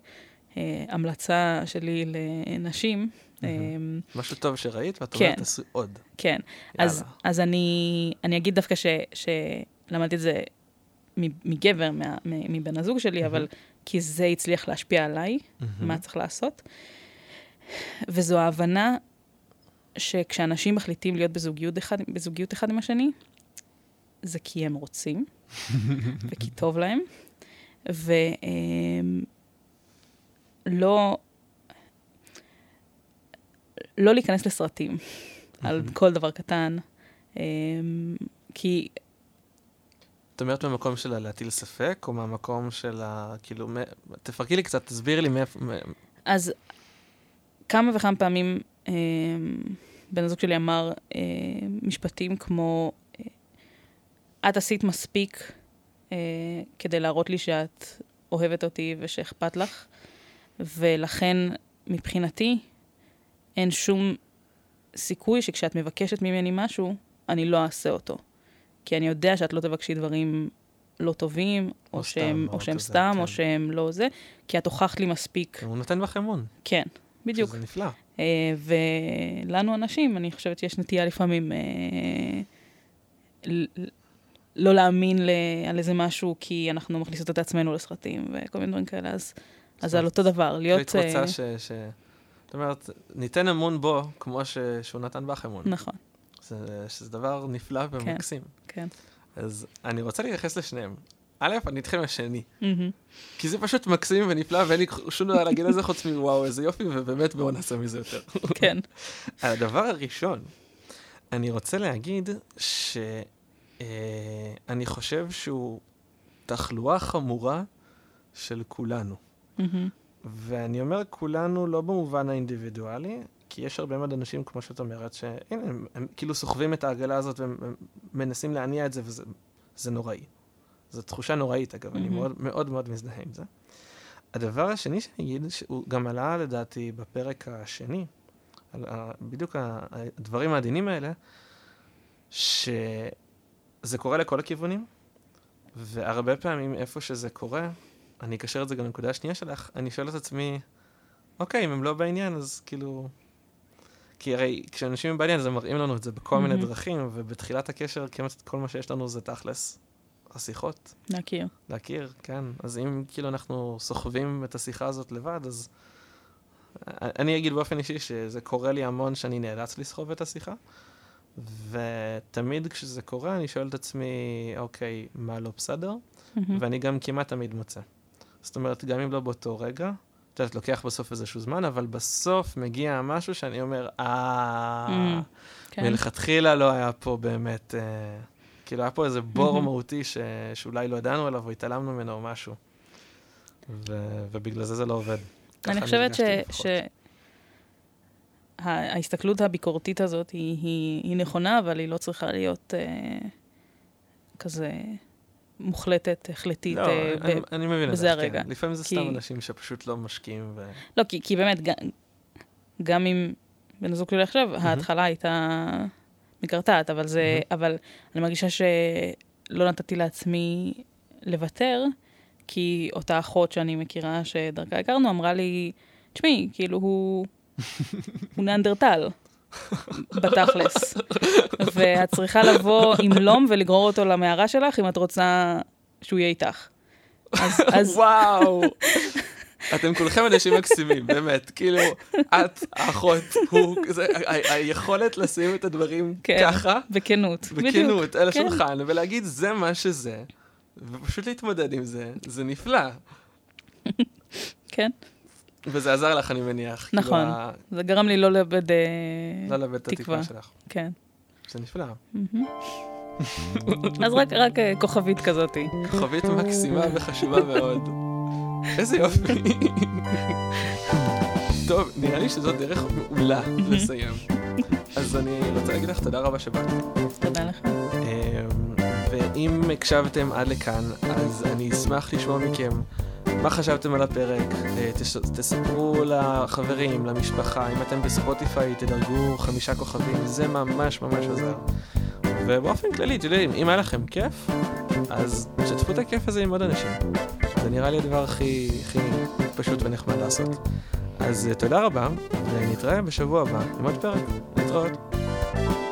המלצה שלי לנשים. משהו טוב שראית, ואת אומרת, תעשו עוד. כן, אז אני אגיד דווקא שלמדתי את זה מגבר, מבן הזוג שלי, אבל כי זה הצליח להשפיע עליי, מה צריך לעשות. וזו ההבנה שכשאנשים מחליטים להיות בזוגיות אחד עם השני, זה כי הם רוצים, וכי טוב להם, לא להיכנס לסרטים על כל דבר קטן, כי... את אומרת מהמקום שלה להטיל ספק, או מהמקום שלה, כאילו, תפרקי לי קצת, תסבירי לי מאיפה... אז כמה וכמה פעמים בן הזוג שלי אמר משפטים כמו, את עשית מספיק כדי להראות לי שאת אוהבת אותי ושאכפת לך, ולכן מבחינתי אין שום סיכוי שכשאת מבקשת ממני משהו, אני לא אעשה אותו. כי אני יודע שאת לא תבקשי דברים לא טובים, או שהם סתם, או שהם לא זה, כי את הוכחת לי מספיק. הוא נותן בך אמון. כן, בדיוק. שזה נפלא. ולנו אנשים, אני חושבת שיש נטייה לפעמים לא להאמין על איזה משהו, כי אנחנו מכניסות את עצמנו לסרטים, וכל מיני דברים כאלה, אז על אותו דבר, להיות... היית רוצה זאת אומרת, ניתן אמון בו, כמו שהוא נתן בך אמון. נכון. שזה דבר נפלא ומקסים. כן. אז אני רוצה להתייחס לשניהם. א', אני אתחיל מהשני. כי זה פשוט מקסים ונפלא, ואין לי שום דבר להגיד על זה חוץ מוואו, איזה יופי, ובאמת בואו נעשה מזה יותר. כן. הדבר הראשון, אני רוצה להגיד אני חושב שהוא תחלואה חמורה של כולנו. ואני אומר כולנו לא במובן האינדיבידואלי, כי יש הרבה מאוד אנשים, כמו שאת אומרת, שהנה, הם כאילו סוחבים את העגלה הזאת ומנסים להניע את זה, וזה נוראי. זו תחושה נוראית, אגב, אני מאוד מאוד מאוד מזדהה עם זה. הדבר השני שאני אגיד, שהוא גם עלה לדעתי בפרק השני, על בדיוק הדברים העדינים האלה, שזה קורה לכל הכיוונים, והרבה פעמים איפה שזה קורה, אני אקשר את זה גם לנקודה השנייה שלך, אני שואל את עצמי, אוקיי, אם הם לא בעניין, אז כאילו... כי הרי כשאנשים הם בעניין, אז הם מראים לנו את זה בכל מיני דרכים, ובתחילת הקשר, כמעט כל מה שיש לנו זה תכלס. השיחות. להכיר, כן. אז אם כאילו אנחנו סוחבים את השיחה הזאת לבד, אז אני אגיד באופן אישי שזה קורה לי המון שאני נאלץ לסחוב את השיחה, ותמיד כשזה קורה אני שואל את עצמי, אוקיי, מה לא בסדר? ואני גם כמעט תמיד מוצא. זאת אומרת, גם אם לא באותו רגע, אתה יודעת, לוקח בסוף איזשהו זמן, אבל בסוף מגיע משהו שאני אומר, מלכתחילה לא היה פה באמת... כאילו, היה פה איזה בור מהותי שאולי לא ידענו עליו, או התעלמנו ממנו או משהו. ובגלל זה לא עובד. אני חושבת שההסתכלות הביקורתית הזאת היא נכונה, אבל היא לא צריכה להיות כזה מוחלטת, החלטית אני מבין בזה הרגע. לפעמים זה סתם אנשים שפשוט לא משקיעים. לא, כי באמת, גם אם בן הזוג שלי עכשיו, ההתחלה הייתה... מקרטעת, אבל אני מרגישה שלא נתתי לעצמי לוותר, כי אותה אחות שאני מכירה שדרכה הכרנו, אמרה לי, תשמעי, כאילו הוא נאנדרטל, בתכלס. ואת צריכה לבוא עם לום ולגרור אותו למערה שלך, אם את רוצה שהוא יהיה איתך. וואו! אתם כולכם אנשים מקסימים, באמת. כאילו, את, האחות, הוא, היכולת לשים את הדברים ככה. בכנות. בכנות, על השולחן, ולהגיד, זה מה שזה, ופשוט להתמודד עם זה, זה נפלא. כן. וזה עזר לך, אני מניח. נכון. זה גרם לי לא לאבד תקווה. לא לאבד את התקווה שלך. כן. זה נפלא. אז רק כוכבית כזאת. כוכבית מקסימה וחשובה מאוד. איזה יופי. טוב, נראה לי שזאת דרך מעולה לסיים. אז אני רוצה להגיד לך תודה רבה שבאת. תודה לך. ואם הקשבתם עד לכאן, אז אני אשמח לשמוע מכם מה חשבתם על הפרק. תספרו לחברים, למשפחה. אם אתם בספוטיפיי, תדרגו 5 כוכבים. זה ממש ממש עוזר. ובאופן כללי, תדעים, אם היה לכם כיף, אז תשתפו את הכיף הזה עם עוד אנשים. זה נראה לי הדבר הכי פשוט ונחמד לעשות. אז תודה רבה, ונתראה בשבוע הבא עם עוד פרק. להתראות.